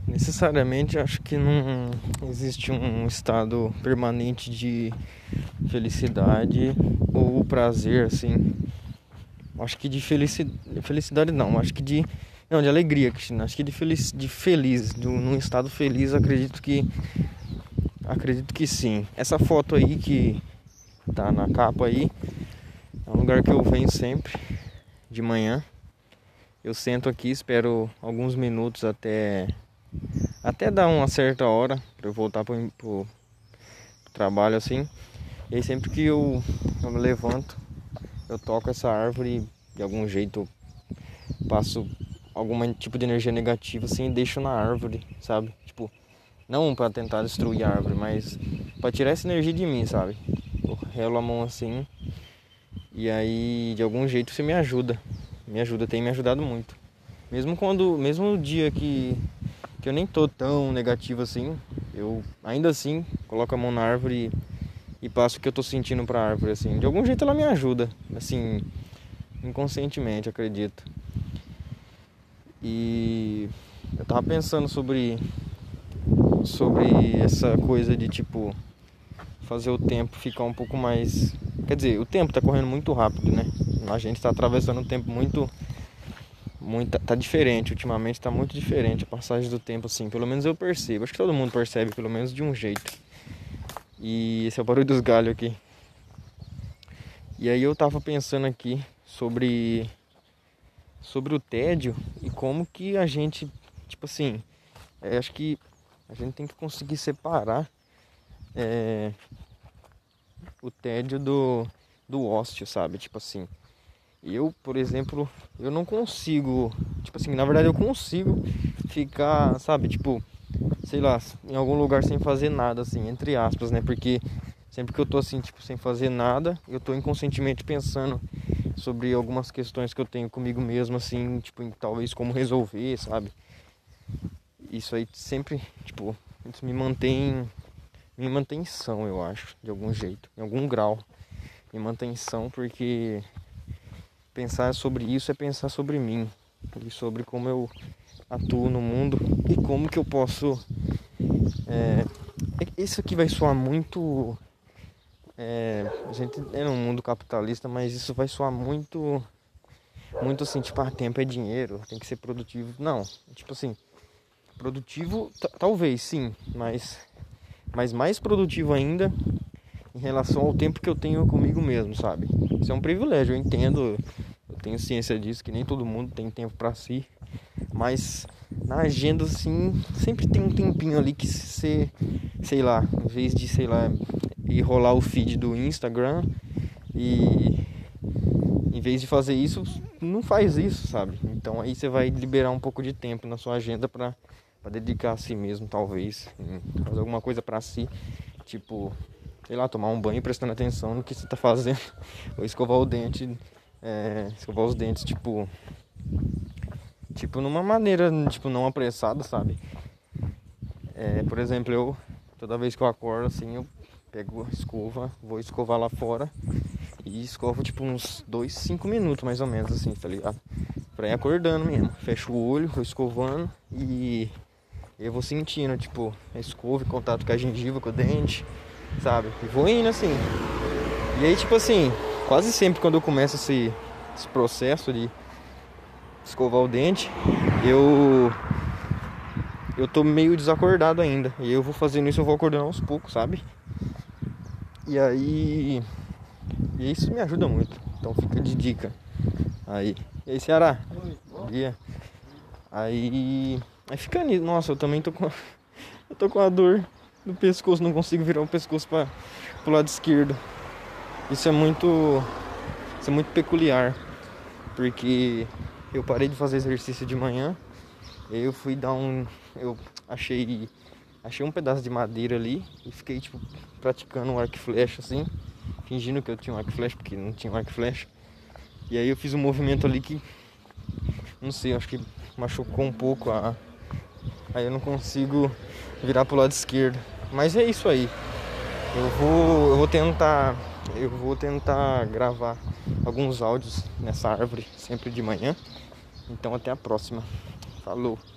necessariamente acho que não existe um estado permanente de felicidade ou prazer, assim. Acho que de felicidade não, acho que de alegria, Cristina. Acho que num estado feliz, acredito que sim. Essa foto aí que tá na capa aí é um lugar que eu venho sempre de manhã. Eu sento aqui, espero alguns minutos até dar uma certa hora para eu voltar pro trabalho assim. E aí sempre que eu me levanto, eu toco essa árvore e de algum jeito eu passo algum tipo de energia negativa assim e deixo na árvore, sabe? Tipo, não para tentar destruir a árvore, mas para tirar essa energia de mim, sabe? Eu relo a mão assim e aí de algum jeito você me ajuda. Tem me ajudado muito. Mesmo no dia que eu nem tô tão negativo assim, eu ainda assim coloco a mão na árvore e passo o que eu tô sentindo pra árvore, assim. De algum jeito ela me ajuda, assim, inconscientemente, acredito. E eu tava pensando sobre essa coisa de, tipo, fazer o tempo ficar um pouco mais... Quer dizer, o tempo tá correndo muito rápido, né? A gente tá atravessando um tempo tá diferente, ultimamente tá muito diferente a passagem do tempo, assim, pelo menos eu percebo, acho que todo mundo percebe, pelo menos de um jeito. E esse é o barulho dos galhos aqui. E aí eu tava pensando aqui sobre o tédio e como que a gente, tipo assim, acho que a gente tem que conseguir separar é, o tédio do ócio, sabe? Tipo assim, eu, por exemplo, eu não consigo, tipo assim, na verdade eu consigo ficar, sabe, tipo, sei lá, em algum lugar sem fazer nada, assim, entre aspas, né? Porque sempre que eu tô assim, tipo, sem fazer nada, eu tô inconscientemente pensando sobre algumas questões que eu tenho comigo mesmo, assim, tipo, em talvez como resolver, sabe? Isso aí sempre, tipo, isso me mantém são, eu acho, de algum jeito, em algum grau. Me mantém são porque pensar sobre isso é pensar sobre mim e sobre como eu atuo no mundo e como que eu posso. Isso aqui vai soar muito. A gente é num mundo capitalista, mas isso vai soar muito assim, tipo, tempo é dinheiro, tem que ser produtivo. Não, tipo assim, produtivo talvez sim, mas mais produtivo ainda em relação ao tempo que eu tenho comigo mesmo, sabe? Isso é um privilégio, eu entendo, eu tenho ciência disso, que nem todo mundo tem tempo pra si, mas na agenda, assim, sempre tem um tempinho ali que você, sei lá, em vez de, sei lá, ir rolar o feed do Instagram e em vez de fazer isso, não faz isso, sabe? Então aí você vai liberar um pouco de tempo na sua agenda pra dedicar a si mesmo, talvez, fazer alguma coisa pra si, tipo, sei lá, tomar um banho prestando atenção no que você tá fazendo, ou escovar o dente, escovar os dentes, tipo numa maneira, tipo, não apressada, sabe? Por exemplo, toda vez que eu acordo, assim, eu pego a escova, vou escovar lá fora e escovo, tipo, uns 5 minutos, mais ou menos, assim, tá ligado? Pra ir acordando mesmo. Fecho o olho, vou escovando e eu vou sentindo, tipo, a escova em contato com a gengiva, com o dente, sabe? E vou indo, assim. E aí, tipo assim, quase sempre quando eu começo esse processo de escovar o dente, eu tô meio desacordado ainda. E eu vou fazendo isso, eu vou acordando aos poucos, sabe? E aí, isso me ajuda muito. Então fica de dica aí. E aí, Ceará? Bom dia. Aí fica nisso. Nossa, eu também eu tô com a dor no pescoço, não consigo virar o pescoço pro lado esquerdo. Isso é muito peculiar, porque eu parei de fazer exercício de manhã. E aí eu fui eu achei um pedaço de madeira ali e fiquei, tipo, praticando um arco e flecha, assim, fingindo que eu tinha um arco e flecha, porque não tinha um arco e flecha. E aí eu fiz um movimento ali que, não sei, acho que machucou um pouco aí eu não consigo virar pro lado esquerdo. Mas é isso aí. Eu vou tentar gravar alguns áudios nessa árvore sempre de manhã. Então até a próxima. Falou.